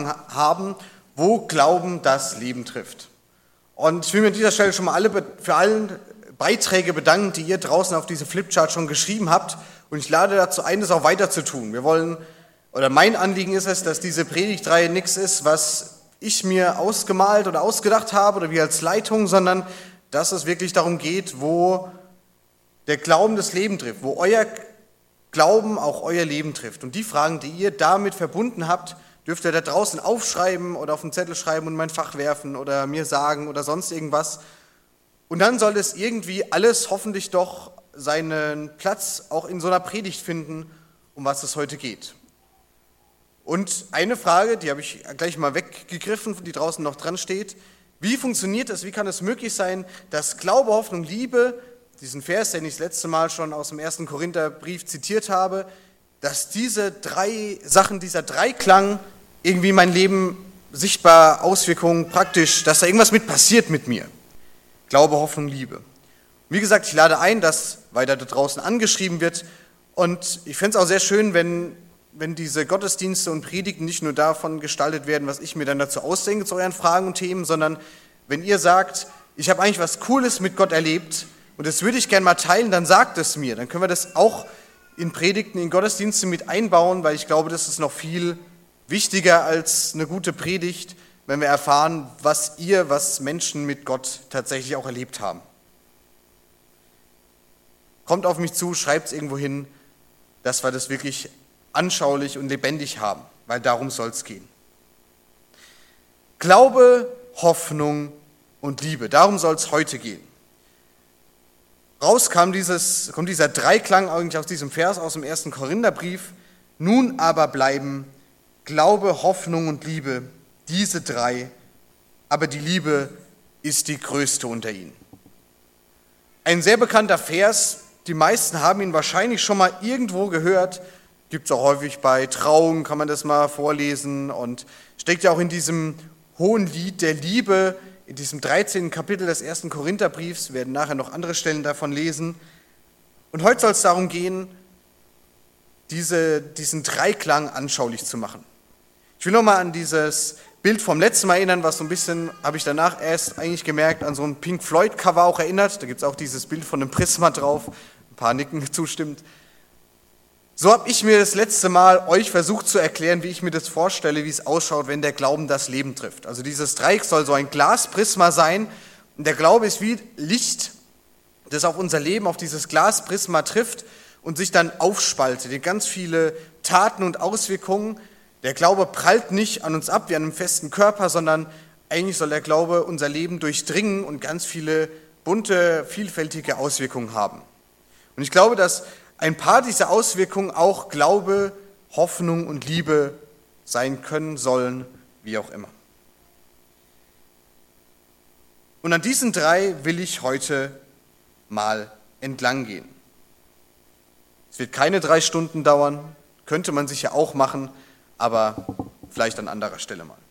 angefangen haben, wo Glauben das Leben trifft. Und ich will mir an dieser Stelle schon mal für alle Beiträge bedanken, die ihr draußen auf diese Flipchart schon geschrieben habt. Und ich lade dazu ein, das auch weiter zu tun. Mein Anliegen ist es, dass diese Predigtreihe nichts ist, was ich mir ausgemalt oder ausgedacht habe oder wir als Leitung, sondern dass es wirklich darum geht, wo der Glauben das Leben trifft, wo euer Glauben auch euer Leben trifft. Und die Fragen, die ihr damit verbunden habt, dürft ihr da draußen aufschreiben oder auf einen Zettel schreiben und in mein Fach werfen oder mir sagen oder sonst irgendwas. Und dann soll es irgendwie alles hoffentlich doch seinen Platz auch in so einer Predigt finden, um was es heute geht. Und eine Frage, die habe ich gleich mal weggegriffen, die draußen noch dran steht. Wie funktioniert das? Wie kann es möglich sein, dass Glaube, Hoffnung, Liebe, diesen Vers, den ich das letzte Mal schon aus dem 1. Korintherbrief zitiert habe, dass diese drei Sachen, dieser Dreiklang irgendwie mein Leben sichtbar, Auswirkungen praktisch, dass da irgendwas mit passiert mit mir. Glaube, Hoffnung, Liebe. Wie gesagt, ich lade ein, dass weiter da draußen angeschrieben wird und ich fände es auch sehr schön, wenn diese Gottesdienste und Predigten nicht nur davon gestaltet werden, was ich mir dann dazu ausdenke zu euren Fragen und Themen, sondern wenn ihr sagt, ich habe eigentlich was Cooles mit Gott erlebt und das würde ich gerne mal teilen, dann sagt es mir. Dann können wir das auch in Predigten, in Gottesdienste mit einbauen, weil ich glaube, das ist noch viel wichtiger als eine gute Predigt, wenn wir erfahren, was Menschen mit Gott tatsächlich auch erlebt haben. Kommt auf mich zu, schreibt es irgendwo hin, dass wir das wirklich anschaulich und lebendig haben, weil darum soll es gehen. Glaube, Hoffnung und Liebe, darum soll es heute gehen. Raus kommt dieser Dreiklang eigentlich aus diesem Vers aus dem 1. Korintherbrief. Nun aber bleiben Glaube, Hoffnung und Liebe, diese drei, aber die Liebe ist die größte unter ihnen. Ein sehr bekannter Vers, die meisten haben ihn wahrscheinlich schon mal irgendwo gehört, gibt es auch häufig bei Trauungen, kann man das mal vorlesen und steckt ja auch in diesem hohen Lied der Liebe, in diesem 13. Kapitel des 1. Korintherbriefs, wir werden nachher noch andere Stellen davon lesen. Und heute soll es darum gehen, diesen Dreiklang anschaulich zu machen. Ich will nochmal an dieses Bild vom letzten Mal erinnern, was so ein bisschen, habe ich danach erst eigentlich gemerkt, an so ein Pink Floyd-Cover auch erinnert. Da gibt es auch dieses Bild von einem Prisma drauf, ein paar nicken zustimmt. So habe ich mir das letzte Mal euch versucht zu erklären, wie ich mir das vorstelle, wie es ausschaut, wenn der Glauben das Leben trifft. Also dieses Dreieck soll so ein Glasprisma sein und der Glaube ist wie Licht, das auf unser Leben, auf dieses Glasprisma trifft und sich dann aufspaltet in ganz viele Taten und Auswirkungen. Der Glaube prallt nicht an uns ab wie an einem festen Körper, sondern eigentlich soll der Glaube unser Leben durchdringen und ganz viele bunte, vielfältige Auswirkungen haben. Und ich glaube, dass ein paar dieser Auswirkungen auch Glaube, Hoffnung und Liebe sein können, sollen, wie auch immer. Und an diesen drei will ich heute mal entlang gehen. Es wird keine 3 Stunden dauern, könnte man sich ja auch machen, aber vielleicht an anderer Stelle mal.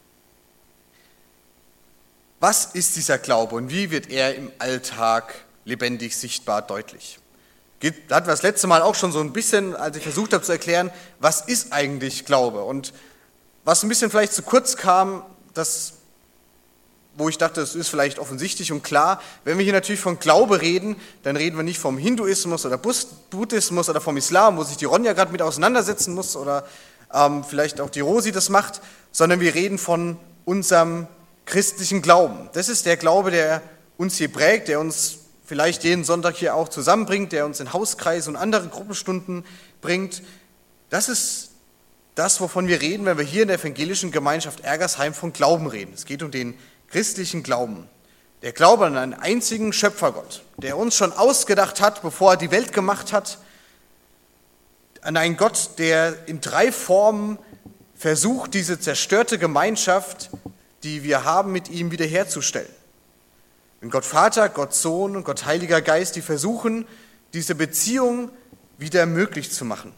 Was ist dieser Glaube und wie wird er im Alltag lebendig, sichtbar, deutlich? Da hatten wir das letzte Mal auch schon so ein bisschen, als ich versucht habe zu erklären, was ist eigentlich Glaube? Und was ein bisschen vielleicht zu kurz kam, wo ich dachte, das ist vielleicht offensichtlich und klar, wenn wir hier natürlich von Glaube reden, dann reden wir nicht vom Hinduismus oder Buddhismus oder vom Islam, wo sich die Ronja gerade mit auseinandersetzen muss oder vielleicht auch die Rosi das macht, sondern wir reden von unserem christlichen Glauben. Das ist der Glaube, der uns hier prägt, der uns vielleicht jeden Sonntag hier auch zusammenbringt, der uns in Hauskreise und andere Gruppenstunden bringt. Das ist das, wovon wir reden, wenn wir hier in der evangelischen Gemeinschaft Ergersheim von Glauben reden. Es geht um den christlichen Glauben. Der Glaube an einen einzigen Schöpfergott, der uns schon ausgedacht hat, bevor er die Welt gemacht hat, an einen Gott, der in 3 Formen versucht, diese zerstörte Gemeinschaft, die wir haben, mit ihm wiederherzustellen. Und Gott Vater, Gott Sohn und Gott Heiliger Geist, die versuchen, diese Beziehung wieder möglich zu machen.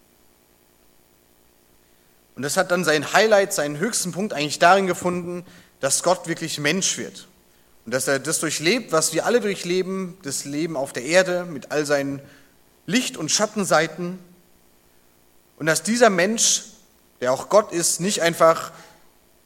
Und das hat dann sein Highlight, seinen höchsten Punkt eigentlich darin gefunden, dass Gott wirklich Mensch wird. Und dass er das durchlebt, was wir alle durchleben, das Leben auf der Erde mit all seinen Licht- und Schattenseiten. Und dass dieser Mensch, der auch Gott ist, nicht einfach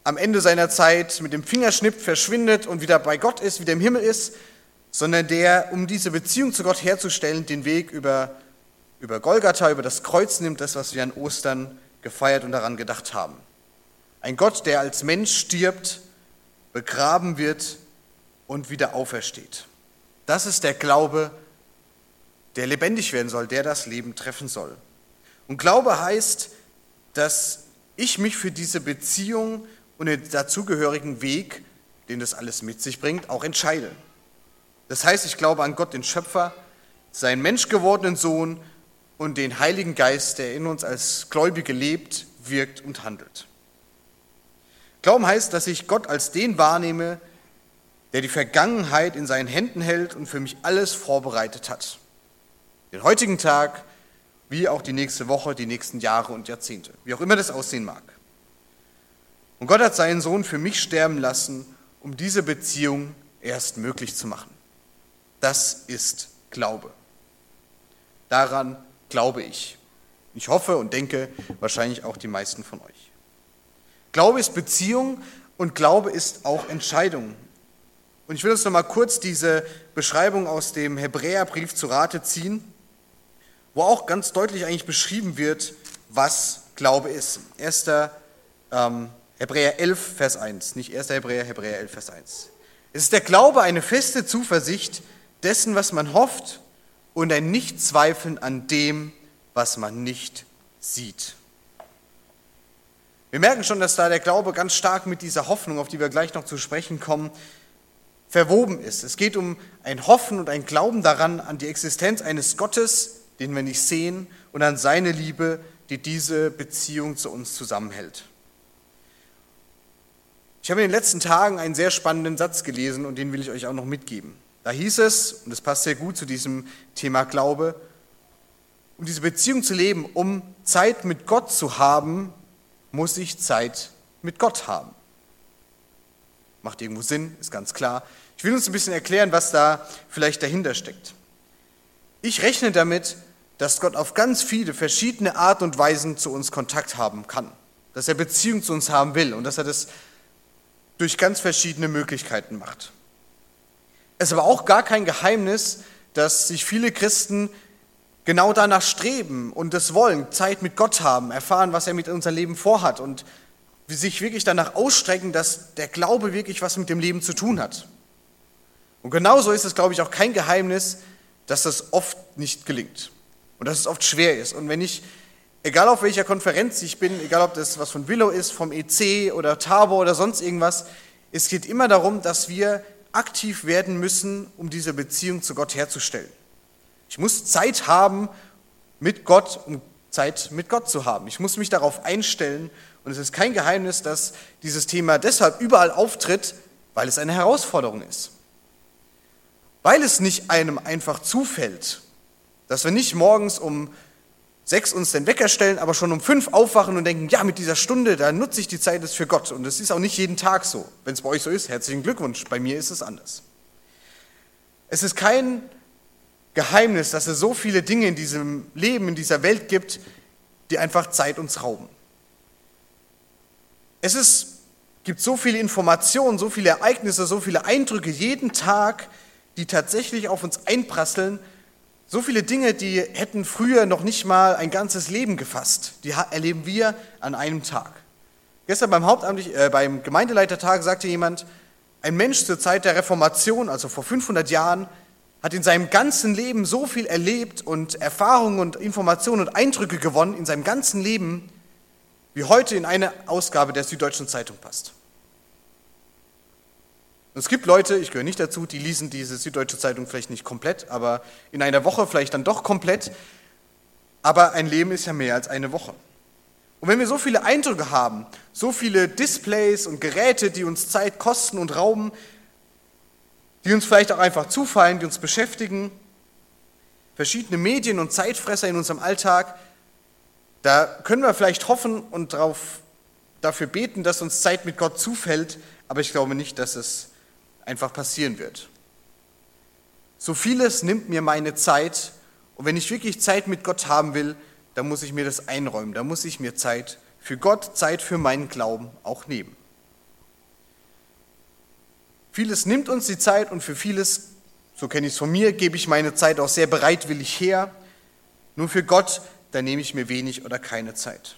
am Ende seiner Zeit mit dem Fingerschnipp verschwindet und wieder bei Gott ist, wieder im Himmel ist, sondern der, um diese Beziehung zu Gott herzustellen, den Weg über Golgatha, über das Kreuz nimmt, das, was wir an Ostern gefeiert und daran gedacht haben. Ein Gott, der als Mensch stirbt, begraben wird und wieder aufersteht. Das ist der Glaube, der lebendig werden soll, der das Leben treffen soll. Und Glaube heißt, dass ich mich für diese Beziehung und den dazugehörigen Weg, den das alles mit sich bringt, auch entscheide. Das heißt, ich glaube an Gott, den Schöpfer, seinen menschgewordenen Sohn und den Heiligen Geist, der in uns als Gläubige lebt, wirkt und handelt. Glauben heißt, dass ich Gott als den wahrnehme, der die Vergangenheit in seinen Händen hält und für mich alles vorbereitet hat. Den heutigen Tag, wie auch die nächste Woche, die nächsten Jahre und Jahrzehnte, wie auch immer das aussehen mag. Und Gott hat seinen Sohn für mich sterben lassen, um diese Beziehung erst möglich zu machen. Das ist Glaube. Daran glaube ich. Ich hoffe und denke, wahrscheinlich auch die meisten von euch. Glaube ist Beziehung und Glaube ist auch Entscheidung. Und ich will uns noch mal kurz diese Beschreibung aus dem Hebräerbrief zu Rate ziehen, wo auch ganz deutlich eigentlich beschrieben wird, was Glaube ist. 1. Hebräer 11, Vers 1, nicht 1. Hebräer 11, Vers 1. Es ist der Glaube eine feste Zuversicht dessen, was man hofft, und ein Nichtzweifeln an dem, was man nicht sieht. Wir merken schon, dass da der Glaube ganz stark mit dieser Hoffnung, auf die wir gleich noch zu sprechen kommen, verwoben ist. Es geht um ein Hoffen und ein Glauben daran, an die Existenz eines Gottes, den wir nicht sehen, und an seine Liebe, die diese Beziehung zu uns zusammenhält. Ich habe in den letzten Tagen einen sehr spannenden Satz gelesen und den will ich euch auch noch mitgeben. Da hieß es, und das passt sehr gut zu diesem Thema Glaube, um diese Beziehung zu leben, um Zeit mit Gott zu haben, muss ich Zeit mit Gott haben. Macht irgendwo Sinn, ist ganz klar. Ich will uns ein bisschen erklären, was da vielleicht dahinter steckt. Ich rechne damit, dass Gott auf ganz viele verschiedene Art und Weisen zu uns Kontakt haben kann, dass er Beziehung zu uns haben will und dass er das durch ganz verschiedene Möglichkeiten macht. Es ist aber auch gar kein Geheimnis, dass sich viele Christen genau danach streben und es wollen, Zeit mit Gott haben, erfahren, was er mit unserem Leben vorhat und sich wirklich danach ausstrecken, dass der Glaube wirklich was mit dem Leben zu tun hat. Und genauso ist es, glaube ich, auch kein Geheimnis, dass das oft nicht gelingt und dass es oft schwer ist. Und wenn ich, egal auf welcher Konferenz ich bin, egal ob das was von Willow ist, vom EC oder Tabor oder sonst irgendwas, es geht immer darum, dass wir aktiv werden müssen, um diese Beziehung zu Gott herzustellen. Ich muss Zeit haben mit Gott, um Zeit mit Gott zu haben. Ich muss mich darauf einstellen und es ist kein Geheimnis, dass dieses Thema deshalb überall auftritt, weil es eine Herausforderung ist. Weil es nicht einem einfach zufällt, dass wir nicht morgens um 6 uns den Wecker stellen, aber schon um 5 aufwachen und denken, ja, mit dieser Stunde, da nutze ich die Zeit jetzt für Gott. Und das ist auch nicht jeden Tag so. Wenn es bei euch so ist, herzlichen Glückwunsch. Bei mir ist es anders. Es ist kein Geheimnis, dass es so viele Dinge in diesem Leben, in dieser Welt gibt, die einfach Zeit uns rauben. Gibt so viele Informationen, so viele Ereignisse, so viele Eindrücke jeden Tag, die tatsächlich auf uns einprasseln. So viele Dinge, die hätten früher noch nicht mal ein ganzes Leben gefasst. Die erleben wir an einem Tag. Gestern beim Gemeindeleitertag sagte jemand, ein Mensch zur Zeit der Reformation, also vor 500 Jahren, hat in seinem ganzen Leben so viel erlebt und Erfahrungen und Informationen und Eindrücke gewonnen in seinem ganzen Leben, wie heute in eine Ausgabe der Süddeutschen Zeitung passt. Und es gibt Leute, ich gehöre nicht dazu, die lesen diese Süddeutsche Zeitung vielleicht nicht komplett, aber in einer Woche vielleicht dann doch komplett. Aber ein Leben ist ja mehr als eine Woche. Und wenn wir so viele Eindrücke haben, so viele Displays und Geräte, die uns Zeit kosten und rauben, die uns vielleicht auch einfach zufallen, die uns beschäftigen, verschiedene Medien und Zeitfresser in unserem Alltag, da können wir vielleicht hoffen und dafür beten, dass uns Zeit mit Gott zufällt, aber ich glaube nicht, dass es einfach passieren wird. So vieles nimmt mir meine Zeit und wenn ich wirklich Zeit mit Gott haben will, dann muss ich mir das einräumen, dann muss ich mir Zeit für Gott, Zeit für meinen Glauben auch nehmen. Vieles nimmt uns die Zeit und für vieles, so kenne ich es von mir, gebe ich meine Zeit auch sehr bereitwillig her. Nur für Gott, da nehme ich mir wenig oder keine Zeit.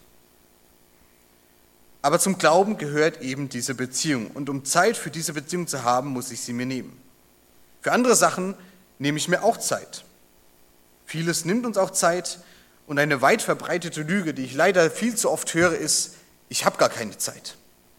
Aber zum Glauben gehört eben diese Beziehung. Und um Zeit für diese Beziehung zu haben, muss ich sie mir nehmen. Für andere Sachen nehme ich mir auch Zeit. Vieles nimmt uns auch Zeit. Und eine weit verbreitete Lüge, die ich leider viel zu oft höre, ist, ich habe gar keine Zeit.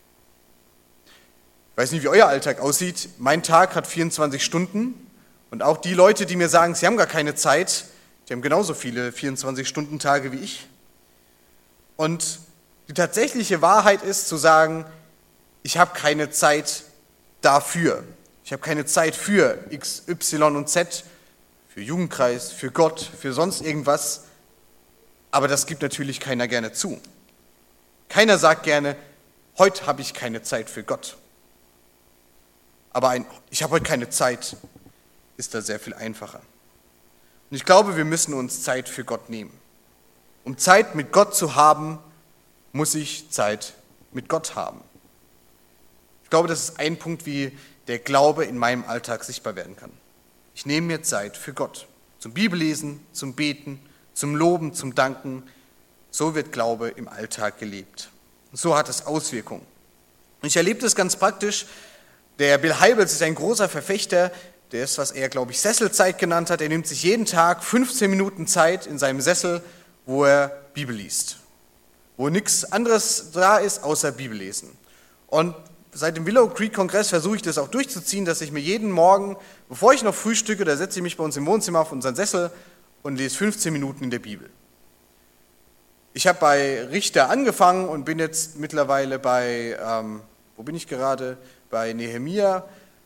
Ich weiß nicht, wie euer Alltag aussieht. Mein Tag hat 24 Stunden. Und auch die Leute, die mir sagen, sie haben gar keine Zeit, die haben genauso viele 24-Stunden-Tage wie ich. Und die tatsächliche Wahrheit ist zu sagen, ich habe keine Zeit dafür. Ich habe keine Zeit für X, Y und Z, für Jugendkreis, für Gott, für sonst irgendwas. Aber das gibt natürlich keiner gerne zu. Keiner sagt gerne, heute habe ich keine Zeit für Gott. Aber ich habe heute keine Zeit, ist da sehr viel einfacher. Und ich glaube, wir müssen uns Zeit für Gott nehmen. Um Zeit mit Gott zu haben, muss ich Zeit mit Gott haben. Ich glaube, das ist ein Punkt, wie der Glaube in meinem Alltag sichtbar werden kann. Ich nehme mir Zeit für Gott. Zum Bibellesen, zum Beten, zum Loben, zum Danken. So wird Glaube im Alltag gelebt. Und so hat es Auswirkungen. Und ich erlebe das ganz praktisch. Der Bill Hybels ist ein großer Verfechter, der ist, was er, glaube ich, Sesselzeit genannt hat. Er nimmt sich jeden Tag 15 Minuten Zeit in seinem Sessel, wo er Bibel liest. Wo nichts anderes da ist, außer Bibellesen. Und seit dem Willow Creek Kongress versuche ich das auch durchzuziehen, dass ich mir jeden Morgen, bevor ich noch frühstücke, da setze ich mich bei uns im Wohnzimmer auf unseren Sessel und lese 15 Minuten in der Bibel. Ich habe bei Richter angefangen und bin jetzt mittlerweile bei, wo bin ich gerade? Bei Nehemia.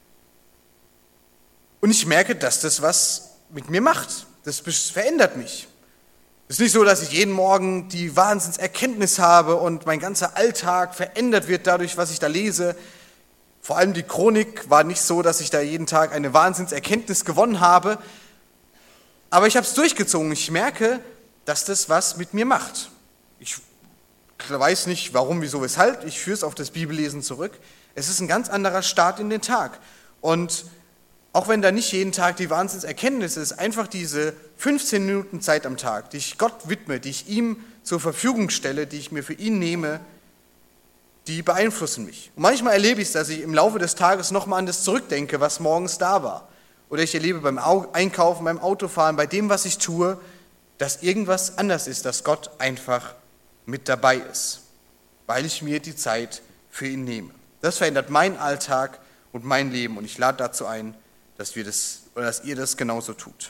Und ich merke, dass das was mit mir macht. Das verändert mich. Es ist nicht so, dass ich jeden Morgen die Wahnsinnserkenntnis habe und mein ganzer Alltag verändert wird dadurch, was ich da lese. Vor allem die Chronik war nicht so, dass ich da jeden Tag eine Wahnsinnserkenntnis gewonnen habe. Aber ich habe es durchgezogen. Ich merke, dass das was mit mir macht. Ich weiß nicht, warum, wieso, weshalb. Ich führe es auf das Bibellesen zurück. Es ist ein ganz anderer Start in den Tag. Und auch wenn da nicht jeden Tag die Wahnsinnserkenntnis ist, einfach diese 15 Minuten Zeit am Tag, die ich Gott widme, die ich ihm zur Verfügung stelle, die ich mir für ihn nehme, die beeinflussen mich. Und manchmal erlebe ich es, dass ich im Laufe des Tages nochmal an das zurückdenke, was morgens da war. Oder ich erlebe beim Einkaufen, beim Autofahren, bei dem, was ich tue, dass irgendwas anders ist, dass Gott einfach mit dabei ist, weil ich mir die Zeit für ihn nehme. Das verändert meinen Alltag und mein Leben und ich lade dazu ein, dass ihr das genauso tut.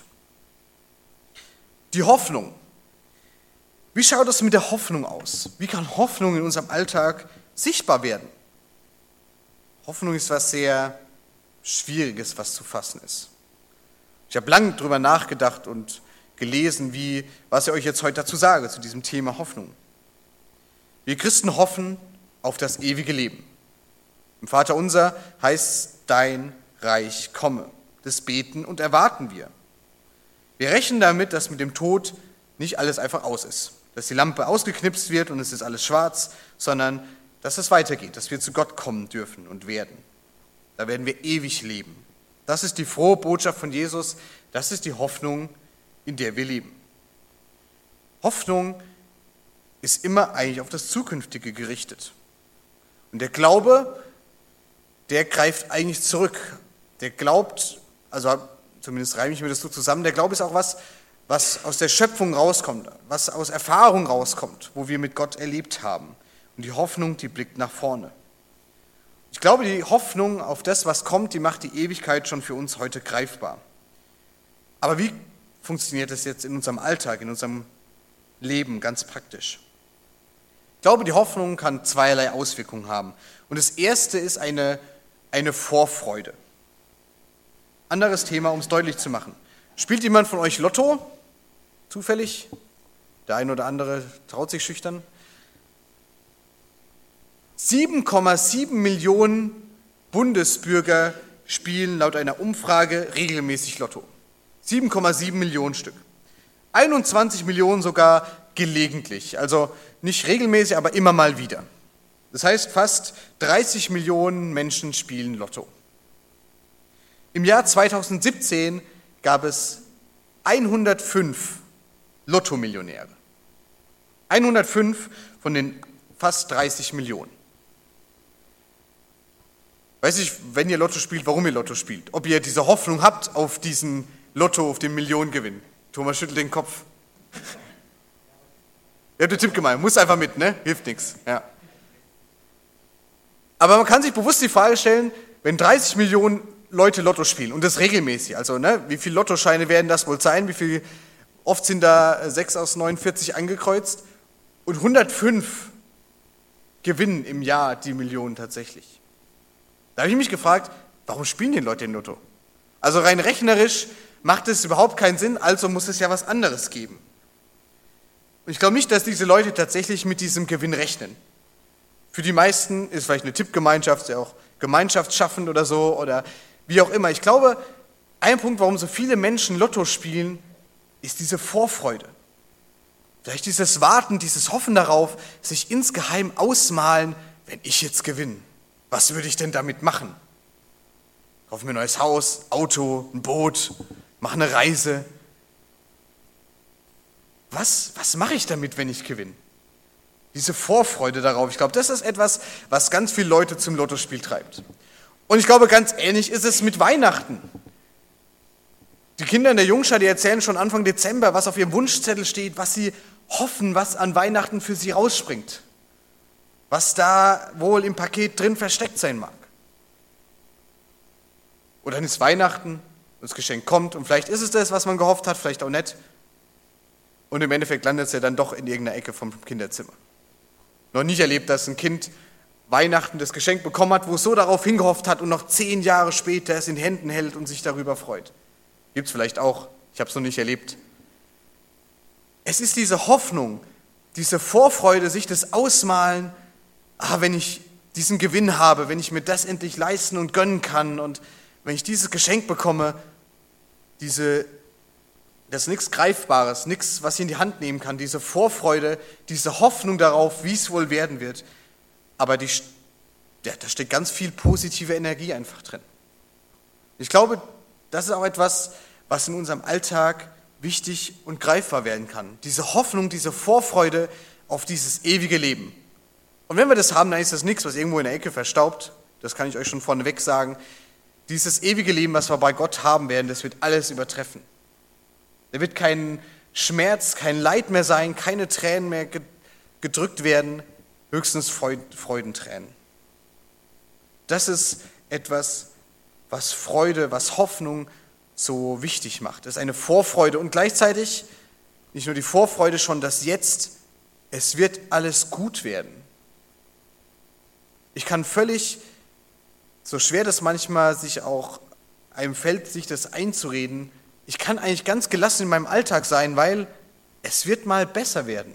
Die Hoffnung. Wie schaut es mit der Hoffnung aus? Wie kann Hoffnung in unserem Alltag sichtbar werden? Hoffnung ist was sehr Schwieriges, was zu fassen ist. Ich habe lange darüber nachgedacht und gelesen, was ich euch jetzt heute dazu sage, zu diesem Thema Hoffnung. Wir Christen hoffen auf das ewige Leben. Im Vaterunser heißt dein Reich komme. Das beten und erwarten wir. Wir rechnen damit, dass mit dem Tod nicht alles einfach aus ist. Dass die Lampe ausgeknipst wird und es ist alles schwarz, sondern dass es weitergeht, dass wir zu Gott kommen dürfen und werden. Da werden wir ewig leben. Das ist die frohe Botschaft von Jesus. Das ist die Hoffnung, in der wir leben. Hoffnung ist immer eigentlich auf das Zukünftige gerichtet. Und der Glaube, der greift eigentlich zurück. Der glaubt, also zumindest reime ich mir das so zusammen, der Glaube ist auch was aus der Schöpfung rauskommt, was aus Erfahrung rauskommt, wo wir mit Gott erlebt haben. Und die Hoffnung, die blickt nach vorne. Ich glaube, die Hoffnung auf das, was kommt, die macht die Ewigkeit schon für uns heute greifbar. Aber wie funktioniert das jetzt in unserem Alltag, in unserem Leben ganz praktisch? Ich glaube, die Hoffnung kann zweierlei Auswirkungen haben. Und das erste ist eine Vorfreude. Anderes Thema, um es deutlich zu machen. Spielt jemand von euch Lotto? Zufällig? Der eine oder andere traut sich schüchtern. 7,7 Millionen Bundesbürger spielen laut einer Umfrage regelmäßig Lotto. 7,7 Millionen Stück. 21 Millionen sogar gelegentlich. Also nicht regelmäßig, aber immer mal wieder. Das heißt, fast 30 Millionen Menschen spielen Lotto. Im Jahr 2017 gab es 105 Lotto-Millionäre. 105 von den fast 30 Millionen. Weiß nicht, wenn ihr Lotto spielt, warum ihr Lotto spielt. Ob ihr diese Hoffnung habt auf diesen Lotto, auf den Millionengewinn. Thomas schüttelt den Kopf. Ihr habt den Tipp gemeint, muss einfach mit, ne? Hilft nichts. Ja. Aber man kann sich bewusst die Frage stellen, wenn 30 Millionen Leute Lotto spielen und das regelmäßig, also ne, wie viele Lottoscheine werden das wohl sein, oft sind da 6 aus 49 angekreuzt und 105 gewinnen im Jahr die Millionen tatsächlich. Da habe ich mich gefragt, warum spielen die Leute den Lotto? Also rein rechnerisch macht es überhaupt keinen Sinn, also muss es ja was anderes geben. Und ich glaube nicht, dass diese Leute tatsächlich mit diesem Gewinn rechnen. Für die meisten ist vielleicht eine Tippgemeinschaft, ja auch gemeinschaftsschaffend oder so oder wie auch immer. Ich glaube, ein Punkt, warum so viele Menschen Lotto spielen, ist diese Vorfreude. Vielleicht dieses Warten, dieses Hoffen darauf, sich insgeheim ausmalen, wenn ich jetzt gewinne. Was würde ich denn damit machen? Kaufe mir ein neues Haus, Auto, ein Boot, mache eine Reise. Was mache ich damit, wenn ich gewinne? Diese Vorfreude darauf, ich glaube, das ist etwas, was ganz viele Leute zum Lottospiel treibt. Und ich glaube, ganz ähnlich ist es mit Weihnachten. Die Kinder in der Jungschar, die erzählen schon Anfang Dezember, was auf ihrem Wunschzettel steht, was sie hoffen, was an Weihnachten für sie rausspringt. Was da wohl im Paket drin versteckt sein mag. Und dann ist Weihnachten, das Geschenk kommt und vielleicht ist es das, was man gehofft hat, vielleicht auch nicht. Und im Endeffekt landet es ja dann doch in irgendeiner Ecke vom Kinderzimmer. Noch nicht erlebt, dass ein Kind Weihnachten das Geschenk bekommen hat, wo es so darauf hingehofft hat und noch 10 Jahre später es in Händen hält und sich darüber freut. Gibt es vielleicht auch, ich habe es noch nicht erlebt. Es ist diese Hoffnung, diese Vorfreude, sich das Ausmalen, wenn ich diesen Gewinn habe, wenn ich mir das endlich leisten und gönnen kann und wenn ich dieses Geschenk bekomme, das ist nichts Greifbares, nichts, was ich in die Hand nehmen kann, diese Vorfreude, diese Hoffnung darauf, wie es wohl werden wird. Aber da steckt ganz viel positive Energie einfach drin. Ich glaube, das ist auch etwas, was in unserem Alltag wichtig und greifbar werden kann. Diese Hoffnung, diese Vorfreude auf dieses ewige Leben. Und wenn wir das haben, dann ist das nichts, was irgendwo in der Ecke verstaubt. Das kann ich euch schon vorneweg sagen. Dieses ewige Leben, was wir bei Gott haben werden, das wird alles übertreffen. Da wird kein Schmerz, kein Leid mehr sein, keine Tränen mehr gedrückt werden, höchstens Freudentränen. Das ist etwas, was Freude, was Hoffnung so wichtig macht. Das ist eine Vorfreude und gleichzeitig nicht nur die Vorfreude schon, dass jetzt, es wird alles gut werden. Ich kann völlig, so schwer das manchmal sich auch einem fällt, sich das einzureden, ich kann eigentlich ganz gelassen in meinem Alltag sein, weil es wird mal besser werden.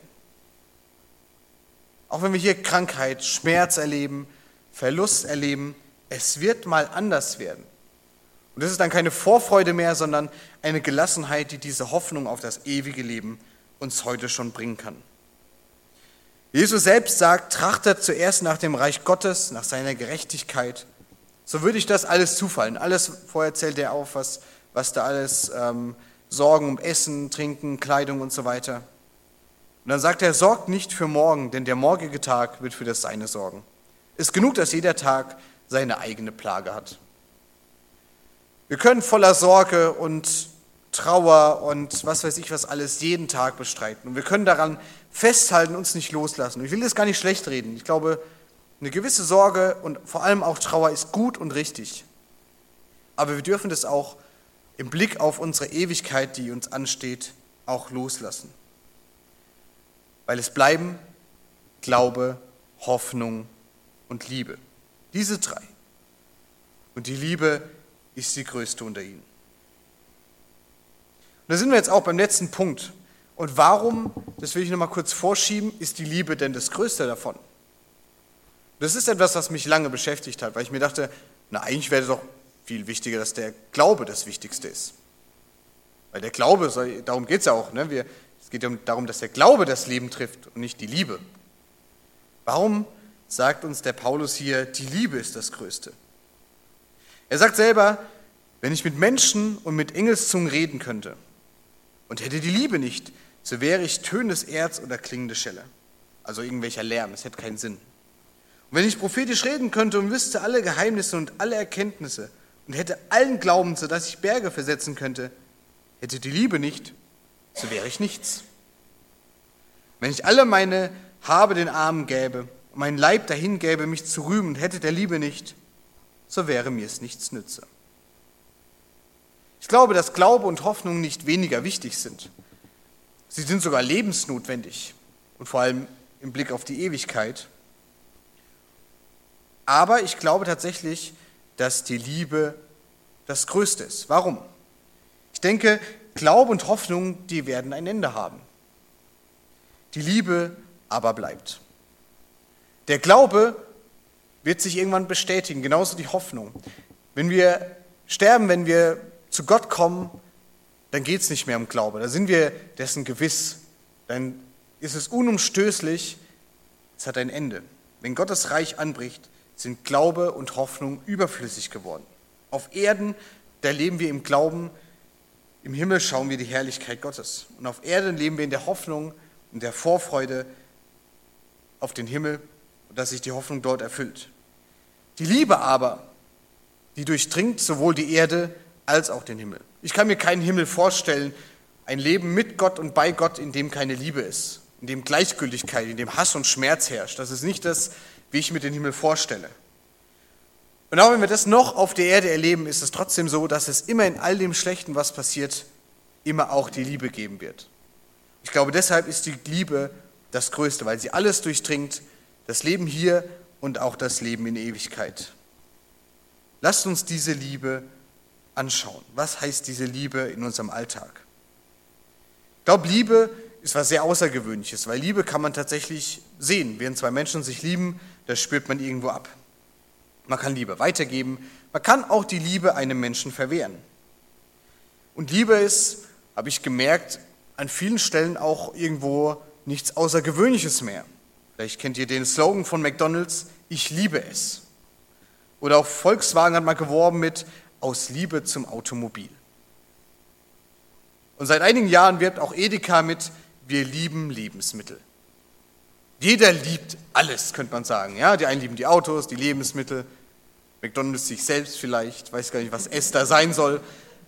Auch wenn wir hier Krankheit, Schmerz erleben, Verlust erleben, es wird mal anders werden. Und das ist dann keine Vorfreude mehr, sondern eine Gelassenheit, die diese Hoffnung auf das ewige Leben uns heute schon bringen kann. Jesus selbst sagt, trachtet zuerst nach dem Reich Gottes, nach seiner Gerechtigkeit. So würde ich das alles zufallen. Alles vorher zählt er auf, was da alles Sorgen um Essen, Trinken, Kleidung und so weiter. Und dann sagt er, sorgt nicht für morgen, denn der morgige Tag wird für das Seine sorgen. Ist genug, dass jeder Tag seine eigene Plage hat. Wir können voller Sorge und Trauer und was weiß ich was alles jeden Tag bestreiten. Und wir können daran festhalten, uns nicht loslassen. Und ich will das gar nicht schlecht reden. Ich glaube, eine gewisse Sorge und vor allem auch Trauer ist gut und richtig. Aber wir dürfen das auch im Blick auf unsere Ewigkeit, die uns ansteht, auch loslassen. Weil es bleiben Glaube, Hoffnung und Liebe. Diese 3. Und die Liebe ist die größte unter ihnen. Und da sind wir jetzt auch beim letzten Punkt. Und warum, das will ich noch mal kurz vorschieben, ist die Liebe denn das Größte davon? Das ist etwas, was mich lange beschäftigt hat, weil ich mir dachte, eigentlich wäre es doch viel wichtiger, dass der Glaube das Wichtigste ist. Weil der Glaube, darum geht es ja auch, ne? Es geht darum, dass der Glaube das Leben trifft und nicht die Liebe. Warum sagt uns der Paulus hier, die Liebe ist das Größte? Er sagt selber, Wenn ich mit Menschen und mit Engelszungen reden könnte und hätte die Liebe nicht, so wäre ich tönendes Erz oder klingende Schelle. Also irgendwelcher Lärm, es hätte keinen Sinn. Und wenn ich prophetisch reden könnte und wüsste alle Geheimnisse und alle Erkenntnisse und hätte allen Glauben, sodass ich Berge versetzen könnte, hätte die Liebe nicht, so wäre ich nichts. Wenn ich alle meine Habe den Armen gäbe und meinen Leib dahin gäbe, mich zu rühmen, und hätte der Liebe nicht, so wäre mir es nichts nütze. Ich glaube, dass Glaube und Hoffnung nicht weniger wichtig sind. Sie sind sogar lebensnotwendig und vor allem im Blick auf die Ewigkeit. Aber ich glaube tatsächlich, dass die Liebe das Größte ist. Warum? Ich denke, Glaube und Hoffnung, die werden ein Ende haben. Die Liebe aber bleibt. Der Glaube wird sich irgendwann bestätigen, genauso die Hoffnung. Wenn wir sterben, wenn wir zu Gott kommen, dann geht es nicht mehr um Glaube. Da sind wir dessen gewiss. Dann ist es unumstößlich, es hat ein Ende. Wenn Gottes Reich anbricht, sind Glaube und Hoffnung überflüssig geworden. Auf Erden, da leben wir im Glauben, im Himmel schauen wir die Herrlichkeit Gottes. Und auf Erden leben wir in der Hoffnung und der Vorfreude auf den Himmel, dass sich die Hoffnung dort erfüllt. Die Liebe aber, die durchdringt sowohl die Erde als auch den Himmel. Ich kann mir keinen Himmel vorstellen, ein Leben mit Gott und bei Gott, in dem keine Liebe ist, in dem Gleichgültigkeit, in dem Hass und Schmerz herrscht. Das ist nicht das, wie ich mir den Himmel vorstelle. Und auch wenn wir das noch auf der Erde erleben, ist es trotzdem so, dass es immer in all dem Schlechten, was passiert, immer auch die Liebe geben wird. Ich glaube, deshalb ist die Liebe das Größte, weil sie alles durchdringt, das Leben hier und auch das Leben in Ewigkeit. Lasst uns diese Liebe anschauen. Was heißt diese Liebe in unserem Alltag? Ich glaube, Liebe ist was sehr Außergewöhnliches, weil Liebe kann man tatsächlich sehen. Während zwei Menschen sich lieben, das spürt man irgendwo ab. Man kann Liebe weitergeben, man kann auch die Liebe einem Menschen verwehren. Und Liebe ist, habe ich gemerkt, an vielen Stellen auch irgendwo nichts Außergewöhnliches mehr. Vielleicht kennt ihr den Slogan von McDonald's, ich liebe es. Oder auch Volkswagen hat mal geworben mit aus Liebe zum Automobil. Und seit einigen Jahren wirbt auch Edeka mit wir lieben Lebensmittel. Jeder liebt alles, könnte man sagen. Ja, die einen lieben die Autos, die Lebensmittel, McDonald's sich selbst vielleicht, weiß gar nicht, was es da sein soll.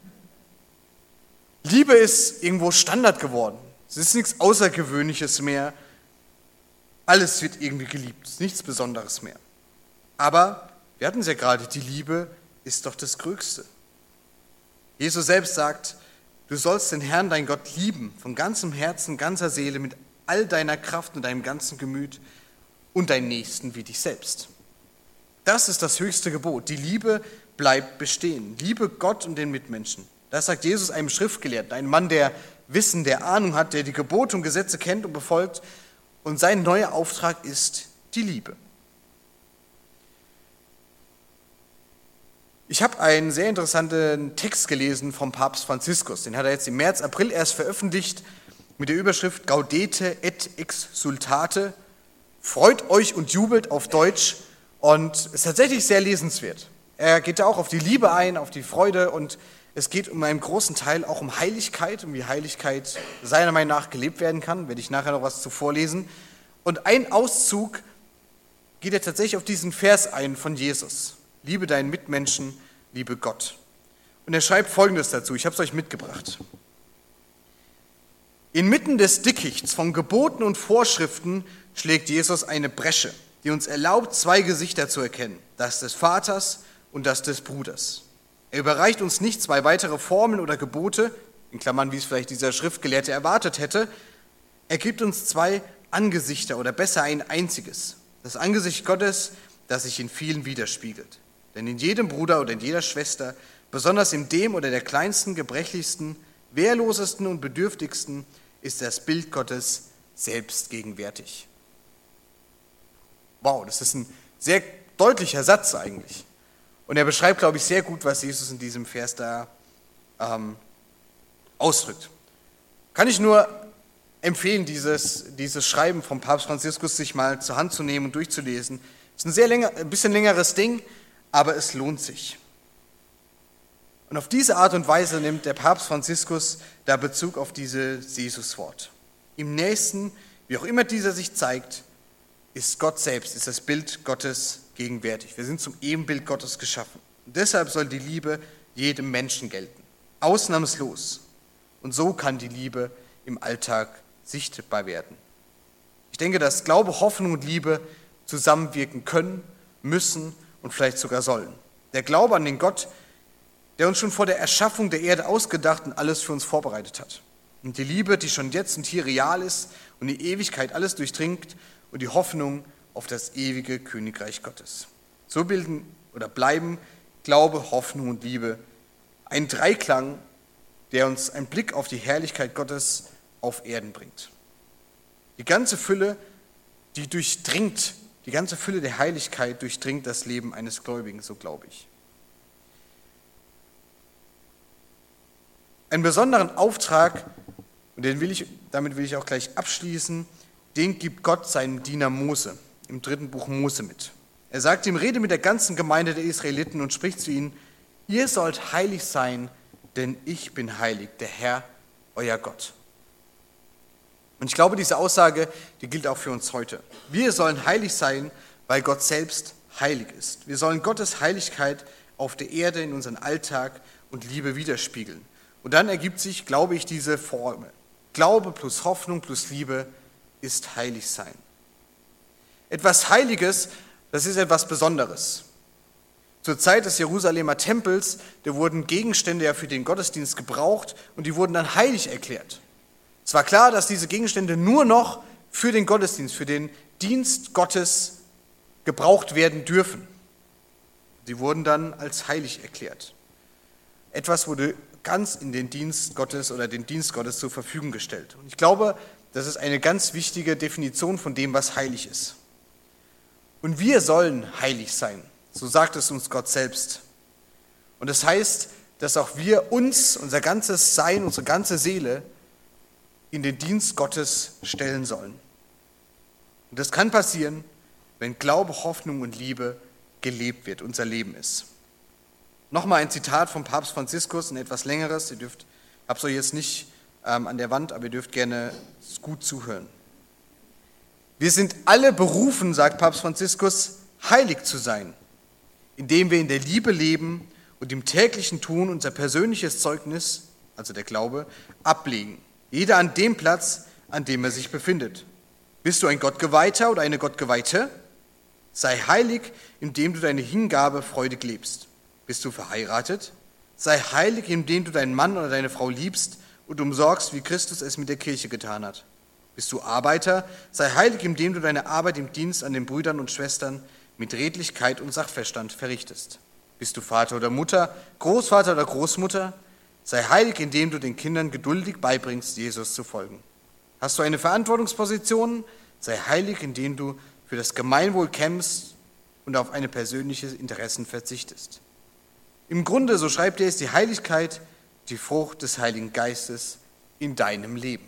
Liebe ist irgendwo Standard geworden. Es ist nichts Außergewöhnliches mehr. Alles wird irgendwie geliebt, es ist nichts Besonderes mehr. Aber, wir hatten es ja gerade, die Liebe ist doch das Größte. Jesus selbst sagt, du sollst den Herrn, dein Gott, lieben, von ganzem Herzen, ganzer Seele, mit all deiner Kraft und deinem ganzen Gemüt und deinen Nächsten wie dich selbst. Das ist das höchste Gebot. Die Liebe bleibt bestehen. Liebe Gott und den Mitmenschen. Das sagt Jesus einem Schriftgelehrten, einem Mann, der Wissen, der Ahnung hat, der die Gebote und Gesetze kennt und befolgt. Und sein neuer Auftrag ist die Liebe. Ich habe einen sehr interessanten Text gelesen vom Papst Franziskus. Den hat er jetzt im März, April erst veröffentlicht mit der Überschrift Gaudete et exsultate. Freut euch und jubelt auf Deutsch und ist tatsächlich sehr lesenswert. Er geht da auch auf die Liebe ein, auf die Freude und es geht um einen großen Teil auch um Heiligkeit, um wie Heiligkeit seiner Meinung nach gelebt werden kann. Werde ich nachher noch was zu vorlesen. Und ein Auszug geht er tatsächlich auf diesen Vers ein von Jesus. Liebe deinen Mitmenschen, liebe Gott. Und er schreibt Folgendes dazu, ich habe es euch mitgebracht. Inmitten des Dickichts von Geboten und Vorschriften schlägt Jesus eine Bresche, die uns erlaubt, zwei Gesichter zu erkennen, das des Vaters und das des Bruders. Er überreicht uns nicht zwei weitere Formeln oder Gebote, in Klammern, wie es vielleicht dieser Schriftgelehrte erwartet hätte. Er gibt uns zwei Angesichter oder besser ein einziges. Das Angesicht Gottes, das sich in vielen widerspiegelt. Denn in jedem Bruder oder in jeder Schwester, besonders in dem oder der kleinsten, gebrechlichsten, wehrlosesten und bedürftigsten, ist das Bild Gottes selbst gegenwärtig. Wow, das ist ein sehr deutlicher Satz eigentlich. Und er beschreibt, glaube ich, sehr gut, was Jesus in diesem Vers da ausdrückt. Kann ich nur empfehlen, dieses Schreiben vom Papst Franziskus sich mal zur Hand zu nehmen und durchzulesen. Es ist ein bisschen längeres Ding, aber es lohnt sich. Und auf diese Art und Weise nimmt der Papst Franziskus da Bezug auf dieses Jesuswort. Im Nächsten, wie auch immer dieser sich zeigt, ist Gott selbst, ist das Bild Gottes gegenwärtig. Wir sind zum Ebenbild Gottes geschaffen. Und deshalb soll die Liebe jedem Menschen gelten, ausnahmslos. Und so kann die Liebe im Alltag sichtbar werden. Ich denke, dass Glaube, Hoffnung und Liebe zusammenwirken können, müssen und vielleicht sogar sollen. Der Glaube an den Gott, der uns schon vor der Erschaffung der Erde ausgedacht und alles für uns vorbereitet hat. Und die Liebe, die schon jetzt und hier real ist und die Ewigkeit alles durchdringt und die Hoffnung auf das ewige Königreich Gottes. So bilden oder bleiben Glaube, Hoffnung und Liebe ein Dreiklang, der uns einen Blick auf die Herrlichkeit Gottes auf Erden bringt. Die ganze Fülle, die ganze Fülle der Heiligkeit durchdringt das Leben eines Gläubigen, so glaube ich. Einen besonderen Auftrag, und damit will ich auch gleich abschließen, den gibt Gott seinem Diener Mose im 3. Buch Mose mit. Er sagt ihm, rede mit der ganzen Gemeinde der Israeliten und spricht zu ihnen, ihr sollt heilig sein, denn ich bin heilig, der Herr, euer Gott. Und ich glaube, diese Aussage, die gilt auch für uns heute. Wir sollen heilig sein, weil Gott selbst heilig ist. Wir sollen Gottes Heiligkeit auf der Erde in unseren Alltag und Liebe widerspiegeln. Und dann ergibt sich, glaube ich, diese Formel. Glaube plus Hoffnung plus Liebe ist heilig sein. Etwas Heiliges, das ist etwas Besonderes. Zur Zeit des Jerusalemer Tempels, da wurden Gegenstände ja für den Gottesdienst gebraucht und die wurden dann heilig erklärt. Es war klar, dass diese Gegenstände nur noch für den Gottesdienst, für den Dienst Gottes gebraucht werden dürfen. Sie wurden dann als heilig erklärt. Etwas wurde ganz in den Dienst Gottes oder den Dienst Gottes zur Verfügung gestellt. Und ich glaube, das ist eine ganz wichtige Definition von dem, was heilig ist. Und wir sollen heilig sein, so sagt es uns Gott selbst. Und das heißt, dass auch wir uns, unser ganzes Sein, unsere ganze Seele in den Dienst Gottes stellen sollen. Und das kann passieren, wenn Glaube, Hoffnung und Liebe gelebt wird, unser Leben ist. Nochmal ein Zitat vom Papst Franziskus, ein etwas längeres. Ich habe es euch jetzt nicht an der Wand, aber ihr dürft gerne gut zuhören. Wir sind alle berufen, sagt Papst Franziskus, heilig zu sein, indem wir in der Liebe leben und im täglichen Tun unser persönliches Zeugnis, also der Glaube, ablegen. Jeder an dem Platz, an dem er sich befindet. Bist du ein Gottgeweihter oder eine Gottgeweihte? Sei heilig, indem du deine Hingabe freudig lebst. Bist du verheiratet? Sei heilig, indem du deinen Mann oder deine Frau liebst und umsorgst, wie Christus es mit der Kirche getan hat. Bist du Arbeiter? Sei heilig, indem du deine Arbeit im Dienst an den Brüdern und Schwestern mit Redlichkeit und Sachverstand verrichtest. Bist du Vater oder Mutter, Großvater oder Großmutter? Sei heilig, indem du den Kindern geduldig beibringst, Jesus zu folgen. Hast du eine Verantwortungsposition? Sei heilig, indem du für das Gemeinwohl kämpfst und auf eine persönliche Interessen verzichtest. Im Grunde, so schreibt er, ist die Heiligkeit die Frucht des Heiligen Geistes in deinem Leben.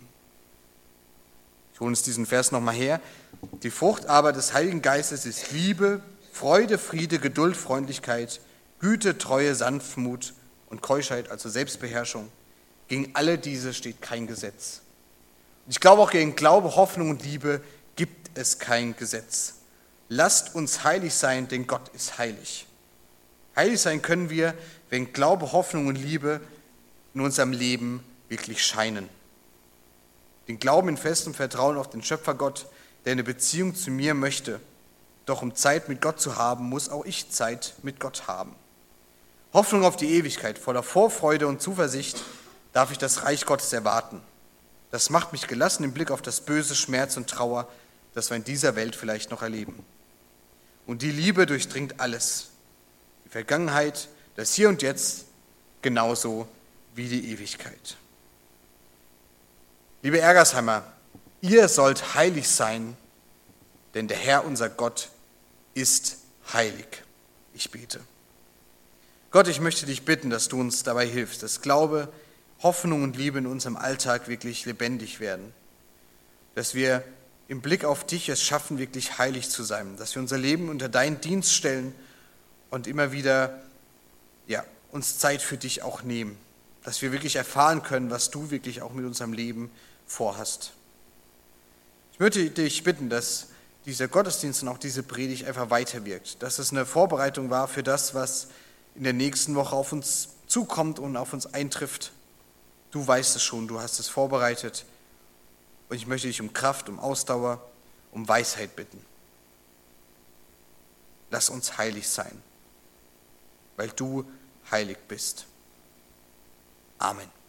Ich hole uns diesen Vers nochmal her. Die Frucht aber des Heiligen Geistes ist Liebe, Freude, Friede, Geduld, Freundlichkeit, Güte, Treue, Sanftmut und Keuschheit, also Selbstbeherrschung. Gegen alle diese steht kein Gesetz. Und ich glaube, auch gegen Glaube, Hoffnung und Liebe gibt es kein Gesetz. Lasst uns heilig sein, denn Gott ist heilig. Heilig sein können wir, wenn Glaube, Hoffnung und Liebe in unserem Leben wirklich scheinen. Den Glauben in festem Vertrauen auf den Schöpfergott, der eine Beziehung zu mir möchte. Doch um Zeit mit Gott zu haben, muss auch ich Zeit mit Gott haben. Hoffnung auf die Ewigkeit, voller Vorfreude und Zuversicht darf ich das Reich Gottes erwarten. Das macht mich gelassen im Blick auf das Böse, Schmerz und Trauer, das wir in dieser Welt vielleicht noch erleben. Und die Liebe durchdringt alles. Die Vergangenheit, das Hier und Jetzt, genauso wie die Ewigkeit. Liebe Ergersheimer, ihr sollt heilig sein, denn der Herr, unser Gott, ist heilig. Ich bete. Gott, ich möchte dich bitten, dass du uns dabei hilfst, dass Glaube, Hoffnung und Liebe in unserem Alltag wirklich lebendig werden. Dass wir im Blick auf dich es schaffen, wirklich heilig zu sein. Dass wir unser Leben unter deinen Dienst stellen und immer wieder uns Zeit für dich auch nehmen, dass wir wirklich erfahren können, was du wirklich auch mit unserem Leben vorhast. Ich möchte dich bitten, dass dieser Gottesdienst und auch diese Predigt einfach weiterwirkt, dass es eine Vorbereitung war für das, was in der nächsten Woche auf uns zukommt und auf uns eintrifft. Du weißt es schon, du hast es vorbereitet und ich möchte dich um Kraft, um Ausdauer, um Weisheit bitten. Lass uns heilig sein, weil du heilig bist. Amen.